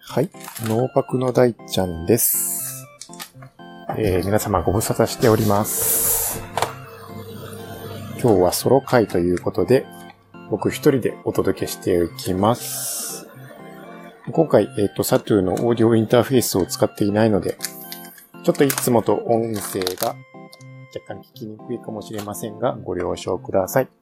はい、ノーパクの大ちゃんです。皆様ご無沙汰しております。今日はソロ会ということで、僕一人でお届けしていきます。今回、サトゥーのオーディオインターフェースを使っていないので、ちょっといつもと音声が若干聞きにくいかもしれませんが、ご了承ください。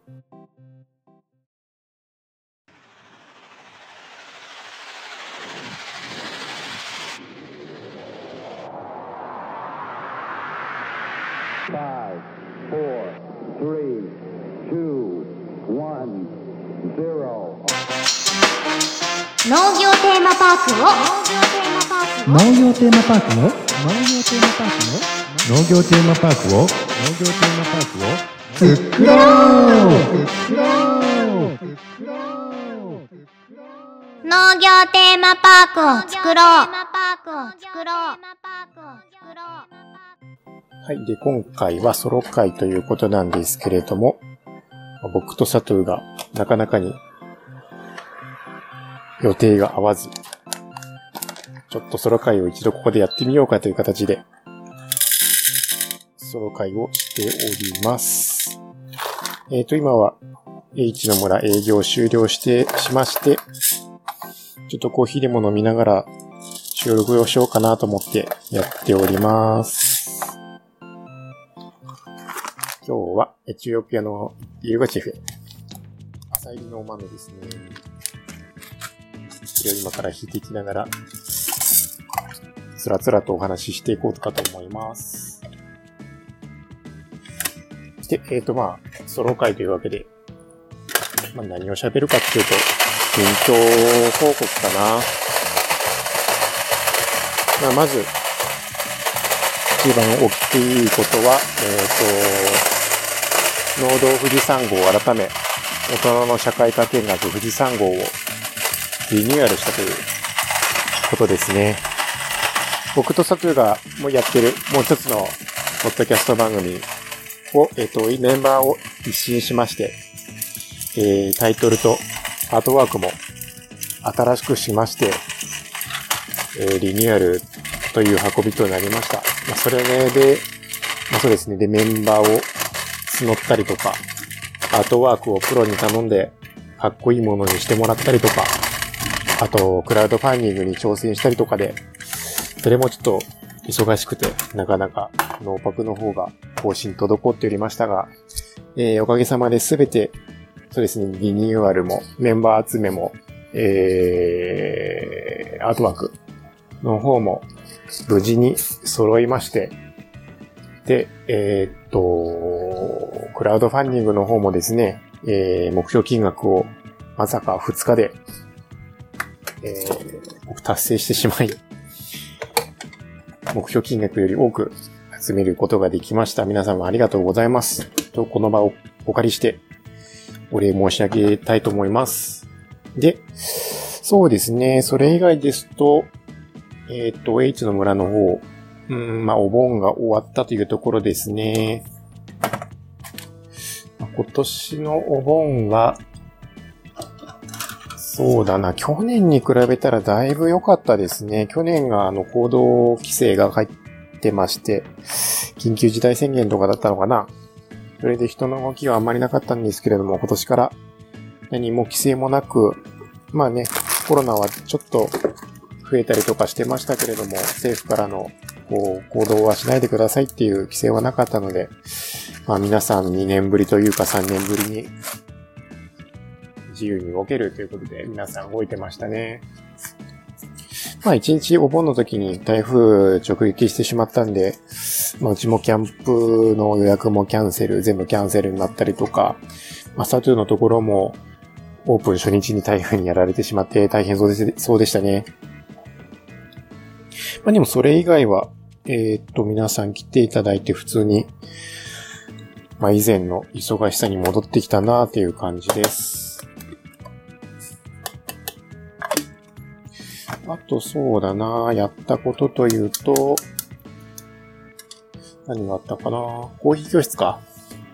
農業テーマパークを作ろう。農業テーマパークを作ろう。 はい。で、今回はソロ会ということなんですけれども、僕とサトゥーがなかなかに予定が合わず、ちょっとソロ会を一度ここでやってみようかという形で、ソロ会をしております。今は H の村営業終了しまして、ちょっとコーヒーでも飲みながら収録をしようかなと思ってやっております。今日はエチオピアのイルガチェフ、朝入りの豆ですね。それを今から弾いていきながら、つらつらとお話ししていこうかと思います。で、ソロ会というわけで、何を喋るかっていうと、近況報告かな。まず、一番大きいことは、農道富士山号改め、大人の社会科見学富士山号をリニューアルしたということですね。僕とサトゥーがもうやってるもう一つのポッドキャスト番組を、メンバーを一新しまして、タイトルとアートワークも新しくしまして、リニューアルという運びとなりました。それで、そうですね。で、メンバーを募ったりとか、アートワークをプロに頼んで、かっこいいものにしてもらったりとか、あと、クラウドファンディングに挑戦したりとかで、それもちょっと忙しくて、なかなかノーパクの方が更新滞っておりましたが、おかげさまで全て、そうですね、リニューアルも、メンバー集めも、アートワークの方も、無事に揃いまして、で、クラウドファンディングの方もですね、目標金額をまさか2日で、僕達成してしまい、目標金額より多く集めることができました。皆様ありがとうございます。と、この場をお借りして、お礼申し上げたいと思います。で、そうですね、それ以外ですと、H の村の方、お盆が終わったというところですね。今年のお盆は、そうだな、去年に比べたらだいぶ良かったですね。去年が行動規制が入ってまして、緊急事態宣言とかだったのかな。それで人の動きはあんまりなかったんですけれども、今年から何も規制もなく、コロナはちょっと増えたりとかしてましたけれども、政府からの行動はしないでくださいっていう規制はなかったので、皆さん2年ぶりというか3年ぶりに自由に動けるということで皆さん動いてましたね。1日お盆の時に台風直撃してしまったんで、うちもキャンプの予約も全部キャンセルになったりとか、サトゥーのところもオープン初日に台風にやられてしまって大変そうでしたね。でもそれ以外は、皆さん来ていただいて普通に、以前の忙しさに戻ってきたなっていう感じです。あとそうだな、やったことというと、何があったかな、コーヒー教室か。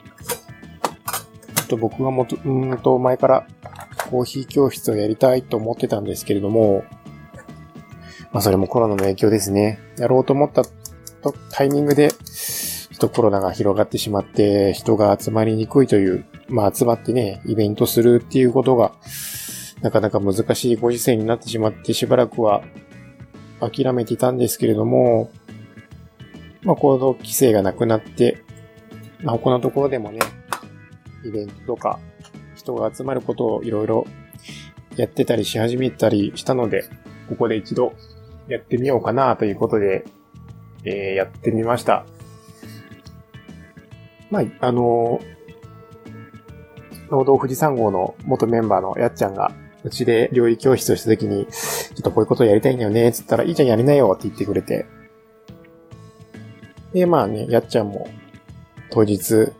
僕が前からコーヒー教室をやりたいと思ってたんですけれども、 それもコロナの影響ですね。やろうと思ったタイミングで、ちょっとコロナが広がってしまって、人が集まりにくいという、集まってね、イベントするっていうことが、なかなか難しいご時世になってしまって、しばらくは諦めていたんですけれども、行動規制がなくなって、他のところでもね、イベントとか、人が集まることをいろいろやってたりし始めたりしたので、ここで一度やってみようかなということで、やってみました。農道富士山号の元メンバーのやっちゃんが、うちで料理教室をしたときに、ちょっとこういうことをやりたいんだよね、つったら、いいじゃんやりなよって言ってくれて。で、やっちゃんも当日、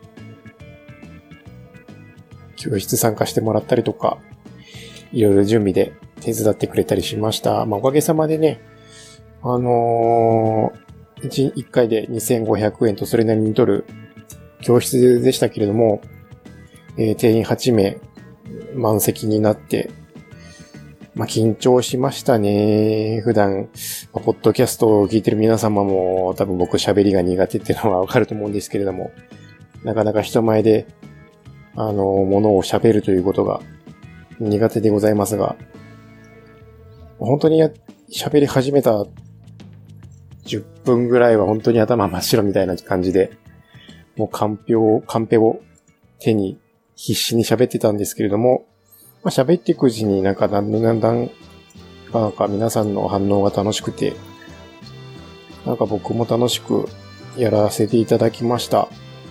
教室参加してもらったりとか、いろいろ準備で手伝ってくれたりしました。おかげさまでね、1回で2500円とそれなりに取る教室でしたけれども、定員8名満席になって、緊張しましたね。普段、ポッドキャストを聞いてる皆様も多分僕喋りが苦手っていうのはわかると思うんですけれども、なかなか人前で、ものを喋るということが苦手でございますが、本当に喋り始めた10分ぐらいは本当に頭真っ白みたいな感じで、もうカンペを手に必死に喋ってたんですけれども、喋っていくうちにだんだん皆さんの反応が楽しくて、僕も楽しくやらせていただきました。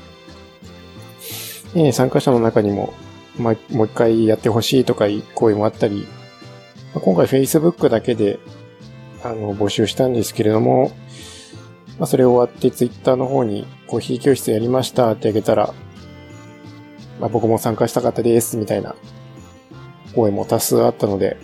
参加者の中にも、もう一回やってほしいとかいう声もあったり、今回 Facebook だけで募集したんですけれども、それ終わって Twitter の方にコーヒー教室やりましたってあげたら、僕も参加したかったですみたいな声も多数あったので、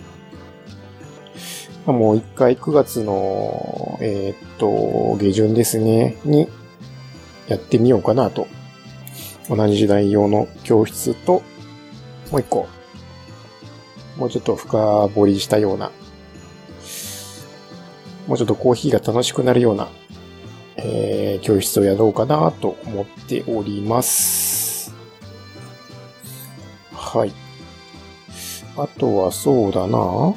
もう一回9月の下旬ですねにやってみようかなと。同じ時代用の教室ともう一個もうちょっと深掘りしたような、もうちょっとコーヒーが楽しくなるような、教室をやろうかなと思っております。はい。あとはそうだな。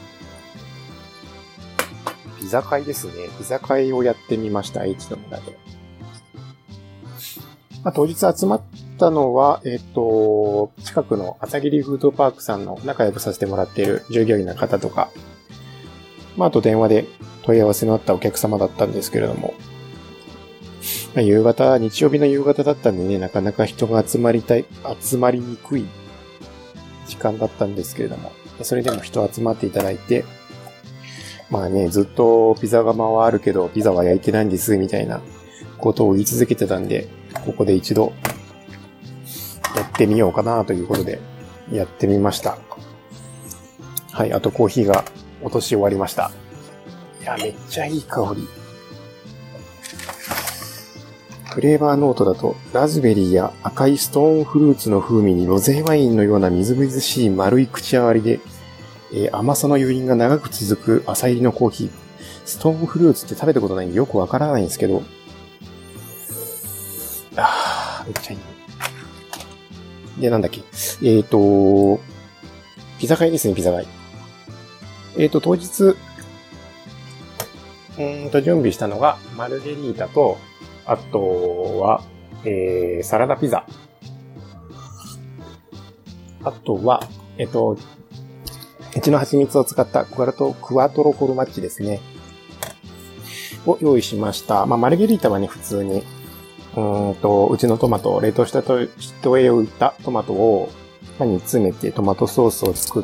ピザ会ですね。ピザ会をやってみました。H の村で。当日集まったのは、近くの朝霧フードパークさんの仲良くさせてもらっている従業員の方とか、あと電話で問い合わせのあったお客様だったんですけれども、日曜日の夕方だったんでね、なかなか人が集まりにくい時間だったんですけれども、それでも人集まっていただいて、ずっとピザ窯はあるけど、ピザは焼いてないんです、みたいなことを言い続けてたんで、ここで一度やってみようかなということでやってみました。はい、あとコーヒーが落とし終わりました。いや、めっちゃいい香り。フレーバーノートだとラズベリーや赤いストーンフルーツの風味にロゼワインのようなみずみずしい丸い口当たりで、甘さの余韻が長く続く浅入りのコーヒー。ストーンフルーツって食べたことないんでよくわからないんですけど、めっちゃいい。で、なんだっけ。ピザ会ですね、ピザ会。当日、準備したのが、マルゲリータと、あとは、サラダピザ。あとは、うちの蜂蜜を使ったクワトロフォルマッチですね。を用意しました。マルゲリータはね、普通に、うちのトマト、冷凍したと人へ置いたトマトを、煮詰めてトマトソースを作って、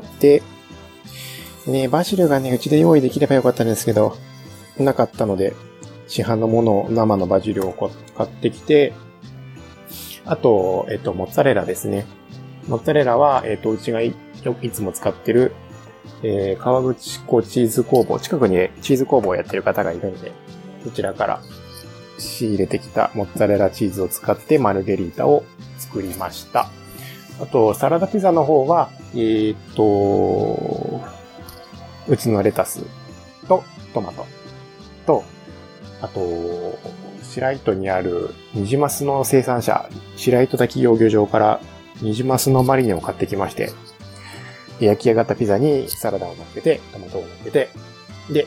ね、バジルがね、うちで用意できればよかったんですけど、なかったので、市販のものを生のバジルを買ってきて、あと、モッツァレラですね。モッツァレラは、うちがいつも使ってる、川口湖チーズ工房、近くにチーズ工房をやってる方がいるんで、そちらから仕入れてきたモッツァレラチーズを使ってマルゲリータを作りました。あと、サラダピザの方は、うちのレタスと、 トマトと、あと、白糸にあるニジマスの生産者、白糸滝養魚場からニジマスのマリネを買ってきまして、焼き上がったピザにサラダを乗っけて、トマトを乗っけて、で、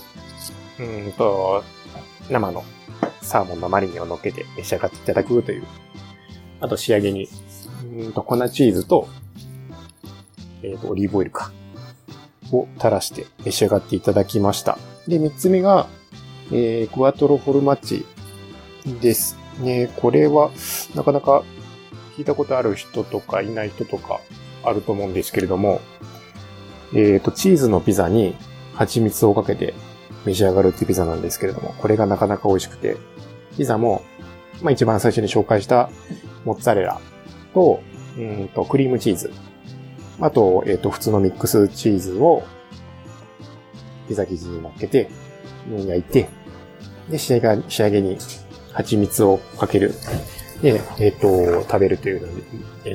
生のサーモンのマリネを乗っけて召し上がっていただくという。あと仕上げに、粉チーズと、オリーブオイルを垂らして召し上がっていただきました。で、3つ目が、クワトロフォルマッチですね。これは、なかなか聞いたことある人とかいない人とかあると思うんですけれども、チーズのピザに蜂蜜をかけて召し上がるっていうピザなんですけれども、これがなかなか美味しくて、ピザも、一番最初に紹介したモッツァレラと、クリームチーズ、あと、普通のミックスチーズをピザ生地に乗っけて、焼いて、で、仕上げに蜂蜜をかける。で、食べるという、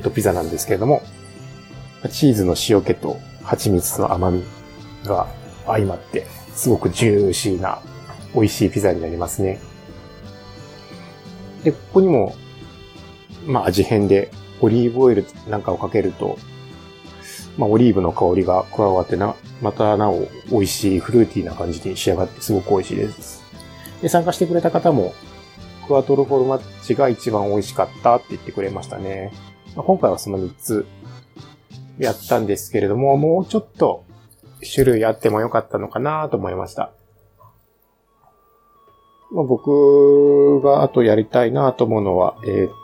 ピザなんですけれども、チーズの塩気と蜂蜜の甘みが相まって、すごくジューシーな美味しいピザになりますね。で、ここにも、味変でオリーブオイルなんかをかけると、オリーブの香りが加わってまたなお美味しいフルーティーな感じに仕上がってすごく美味しいです。で、参加してくれた方も、クワトロフォルマッチが一番美味しかったって言ってくれましたね。今回はその3つやったんですけれども、もうちょっと種類あってもよかったのかなと思いました。僕があとやりたいなと思うのは、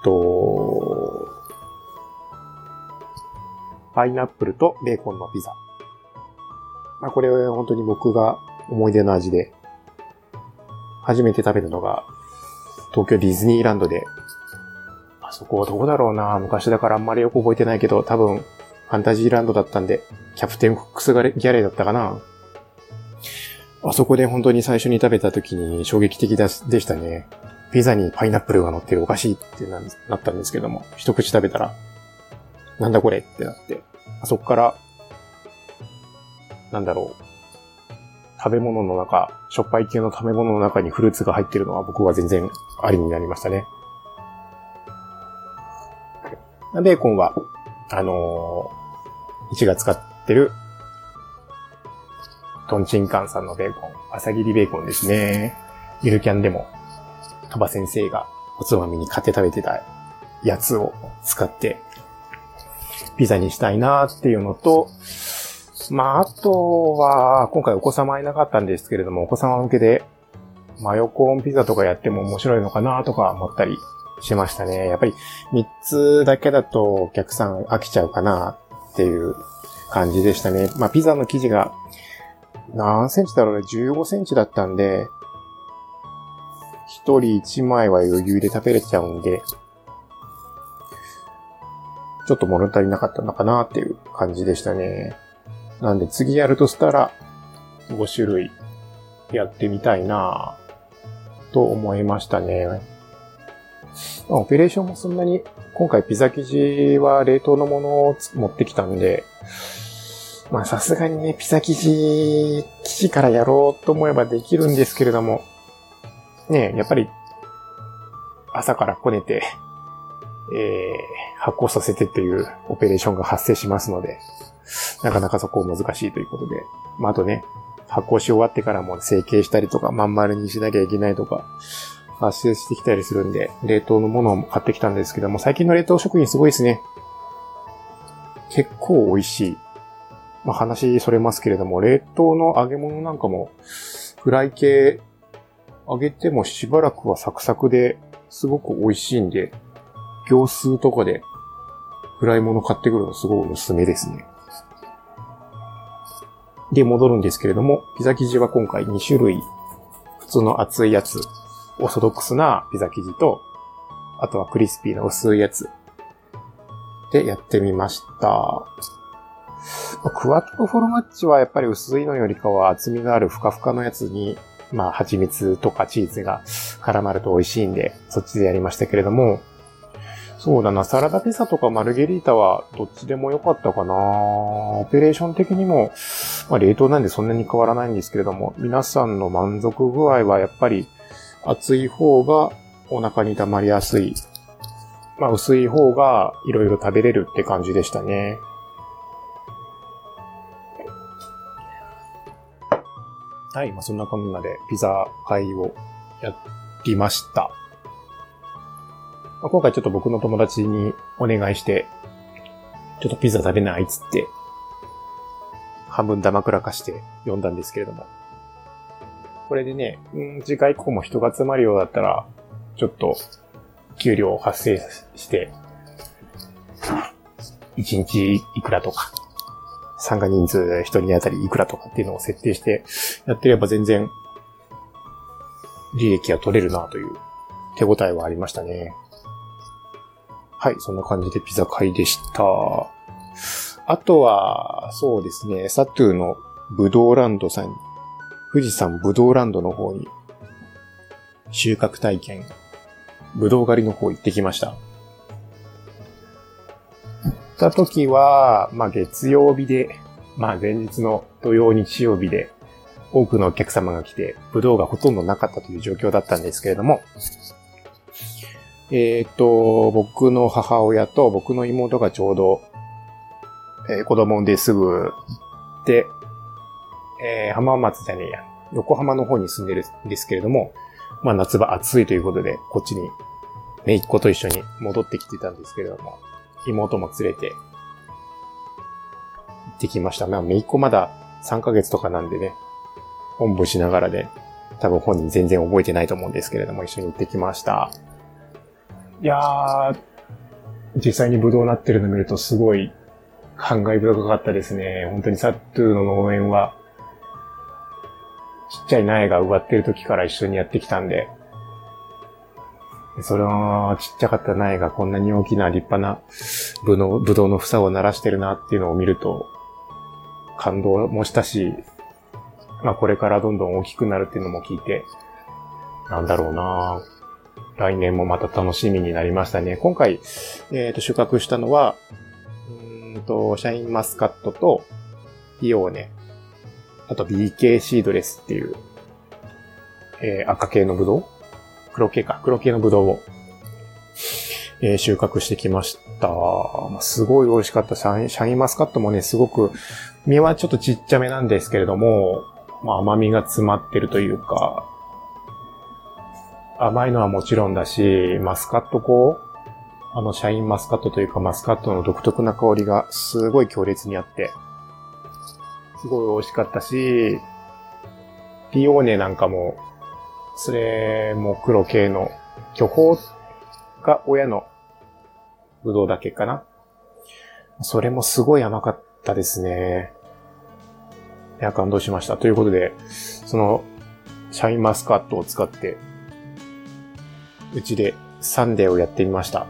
パイナップルとベーコンのピザ。これは本当に僕が思い出の味で、初めて食べたのが、東京ディズニーランドで、あそこはどこだろうな、昔だからあんまりよく覚えてないけど、多分、ファンタジーランドだったんで、キャプテンフォックスギャレーだったかな。あそこで本当に最初に食べた時に衝撃的でしたね。ピザにパイナップルが乗ってるおかしいってなったんですけども、一口食べたら、なんだこれってなって、そこから、食べ物の中、しょっぱい系の食べ物の中にフルーツが入ってるのは僕は全然ありになりましたね。ベーコンは、1が使ってる、トンチンカンさんのベーコン、朝切りベーコンですね。ゆるキャンでも、鳥羽先生がおつまみに買って食べてたやつを使って、ピザにしたいなっていうのと、あとは、今回お子様いなかったんですけれども、お子様向けで、マヨコーンピザとかやっても面白いのかなとか思ったりしましたね。やっぱり3つだけだとお客さん飽きちゃうかなっていう感じでしたね。ピザの生地が何センチだろうね、15センチだったんで、1人1枚は余裕で食べれちゃうんで、ちょっと物足りなかったのかなっていう感じでしたね。なんで次やるとしたら5種類やってみたいなと思いましたね。オペレーションもそんなに、今回ピザ生地は冷凍のものを持ってきたんで、さすがにね、ピザ生地からやろうと思えばできるんですけれども、ね、やっぱり朝からこねて、発酵させてっていうオペレーションが発生しますので、なかなかそこ難しいということで、あとね、発酵し終わってからも成形したりとか、まん丸にしなきゃいけないとか、発生してきたりするんで、冷凍のものを買ってきたんですけども、最近の冷凍食品すごいですね。結構美味しい。話それますけれども、冷凍の揚げ物なんかも、フライ系、揚げてもしばらくはサクサクですごく美味しいんで、業数とかでフライ物買ってくるのすごいおすすめですね。で、戻るんですけれども、ピザ生地は今回2種類、普通の厚いやつ、オーソドックスなピザ生地と、あとはクリスピーな薄いやつでやってみました。クワトロフォルマッチはやっぱり薄いのよりかは厚みがあるふかふかのやつに、蜂蜜とかチーズが絡まると美味しいんで、そっちでやりましたけれども、 そうだな、サラダピザとかマルゲリータはどっちでも良かったかな。オペレーション的にも、冷凍なんでそんなに変わらないんですけれども、皆さんの満足具合はやっぱり熱い方がお腹に溜まりやすい。薄い方がいろいろ食べれるって感じでしたね。はい、そんなこんなでピザ会をやりました。今回ちょっと僕の友達にお願いして、ちょっとピザ食べないっつって、半分ダマくらかして読んだんですけれども。これでね、次回以降も人が集まるようだったら、ちょっと、給料発生して、1日いくらとか、参加人数1人当たりいくらとかっていうのを設定してやってれば全然、利益が取れるなという手応えはありましたね。はい、そんな感じでピザ会でした。あとは、そうですね、サトゥーのブドウランドさん、富士山ブドウランドの方に、収穫体験、ブドウ狩りの方行ってきました。行った時は、月曜日で、前日の土曜日曜日で、多くのお客様が来て、ブドウがほとんどなかったという状況だったんですけれども、僕の母親と僕の妹がちょうど、子供ですぐで、浜松じゃねえや、横浜の方に住んでるんですけれども、夏場暑いということで、こっちに、姪っ子と一緒に戻ってきてたんですけれども、妹も連れて、行ってきました。姪っ子まだ3ヶ月とかなんでね、おんぶしながらで、多分本人全然覚えてないと思うんですけれども、一緒に行ってきました。いやー、実際にブドウなってるの見るとすごい感慨深かったですね。本当にサトゥーの農園は、ちっちゃい苗が植わってる時から一緒にやってきたんで、そのちっちゃかった苗がこんなに大きな立派なブドウの房を鳴らしてるなっていうのを見ると、感動もしたし、これからどんどん大きくなるっていうのも聞いて、なんだろうなぁ。来年もまた楽しみになりましたね。今回、収穫したのは、シャインマスカットと、ピオーネ、あと BK シードレスっていう、赤系のブドウ？黒系のブドウを、収穫してきました。すごい美味しかった。シャインマスカットもね、すごく、実はちょっとちっちゃめなんですけれども、甘みが詰まってるというか、甘いのはもちろんだし、マスカットシャインマスカットというかマスカットの独特な香りがすごい強烈にあって、すごい美味しかったし、ピオーネなんかも、それも黒系の巨峰が親のブドウだけかな。それもすごい甘かったですね。いや、感動しました。ということで、そのシャインマスカットを使って、うちでサンデーをやってみました。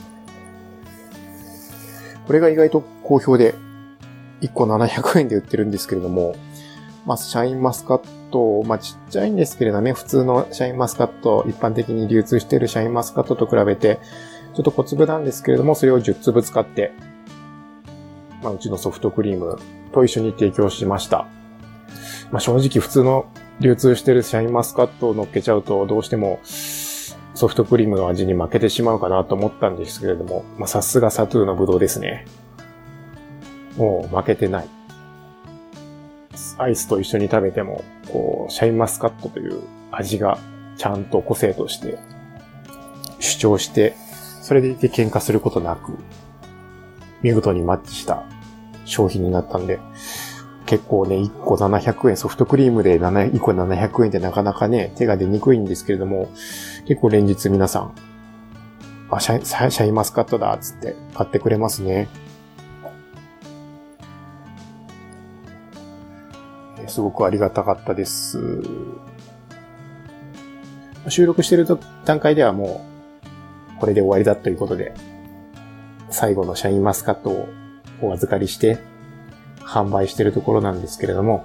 これが意外と好評で、1個700円で売ってるんですけれども、シャインマスカット、ちっちゃいんですけれどね、普通のシャインマスカット、一般的に流通しているシャインマスカットと比べて、ちょっと小粒なんですけれども、それを10粒使って、うちのソフトクリームと一緒に提供しました。正直普通の流通しているシャインマスカットを乗っけちゃうと、どうしても、ソフトクリームの味に負けてしまうかなと思ったんですけれども、さすがサトゥーのブドウですね。もう負けてない。アイスと一緒に食べても、シャインマスカットという味がちゃんと個性として主張して、それでいて喧嘩することなく、見事にマッチした商品になったんで、結構ね、1個700円、ソフトクリームで1個700円ってなかなかね、手が出にくいんですけれども、結構連日皆さん、シャインマスカットだっつって買ってくれますね。すごくありがたかったです。収録している段階ではもう、これで終わりだということで、最後のシャインマスカットをお預かりして、販売しているところなんですけれども、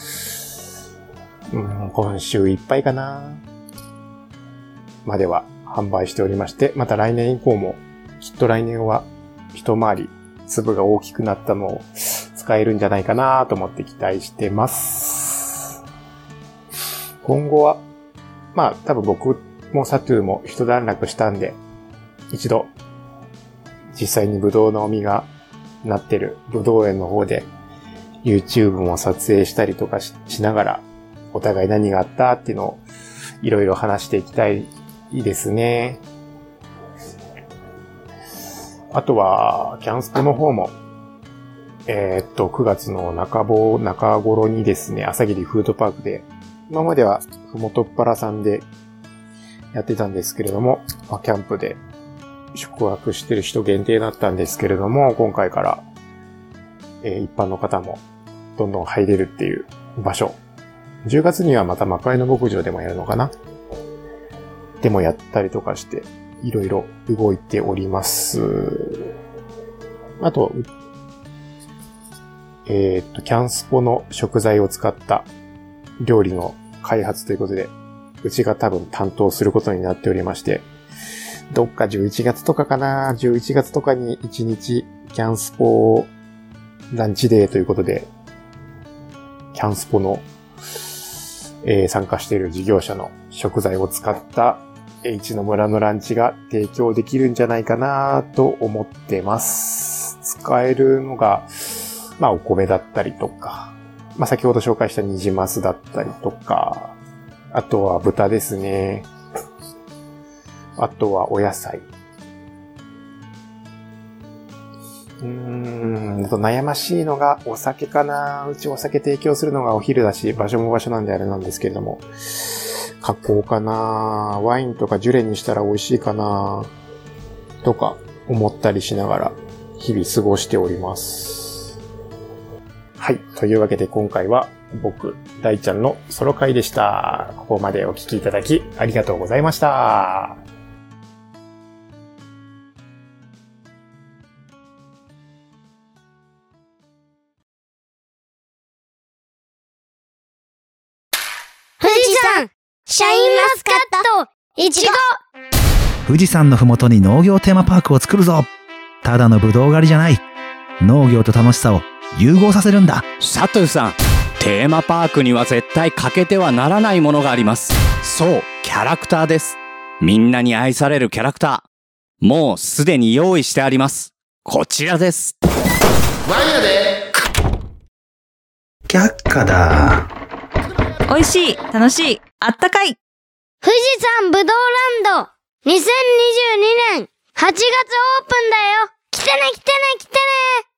今週いっぱいかなまでは販売しておりまして、また来年以降も、きっと来年は一回り粒が大きくなったのを使えるんじゃないかなと思って期待してます。今後は、多分僕もサトゥーも一段落したんで、一度実際にブドウの実がなってるブドウ園の方で YouTube も撮影したりとか しながら、お互い何があったっていうのをいろいろ話していきたいですね。あとはキャンスポの方も9月の中頃にですね、朝霧フードパークで、今まではふもとっぱらさんでやってたんですけれども、キャンプで宿泊してる人限定だったんですけれども、今回から、一般の方もどんどん入れるっていう場所。10月にはまた魔界の牧場でもやるのかな？でもやったりとかして、いろいろ動いております。あと、キャンスポの食材を使った料理の開発ということで、うちが多分担当することになっておりまして、どっか11月とかかな、11月とかに1日キャンスポランチデーということで、キャンスポの、参加している事業者の食材を使ったHの村のランチが提供できるんじゃないかなと思ってます。使えるのが、お米だったりとか、先ほど紹介したニジマスだったりとか、あとは豚ですね。あとはお野菜。悩ましいのがお酒かな。うちお酒提供するのがお昼だし、場所も場所なんであれなんですけれども、加工かな。ワインとかジュレにしたら美味しいかな。とか思ったりしながら日々過ごしております。はい。というわけで今回は僕、大ちゃんのソロ会でした。ここまでお聞きいただきありがとうございました。 富士山、シャインマスカット、いちご。 富士山のふもとに農業テーマパークを作るぞ。ただのブドウ狩りじゃない。農業と楽しさを融合させるんだ。 サトゥさん、テーマパークには絶対欠けてはならないものがあります。そう、キャラクターです。みんなに愛されるキャラクター。もうすでに用意してあります。こちらです。 ワイヤで却下だ。 美味しい、楽しい、あったかい。 富士山ぶどうランド、2022年8月オープンだよ。来てね来てね来てね。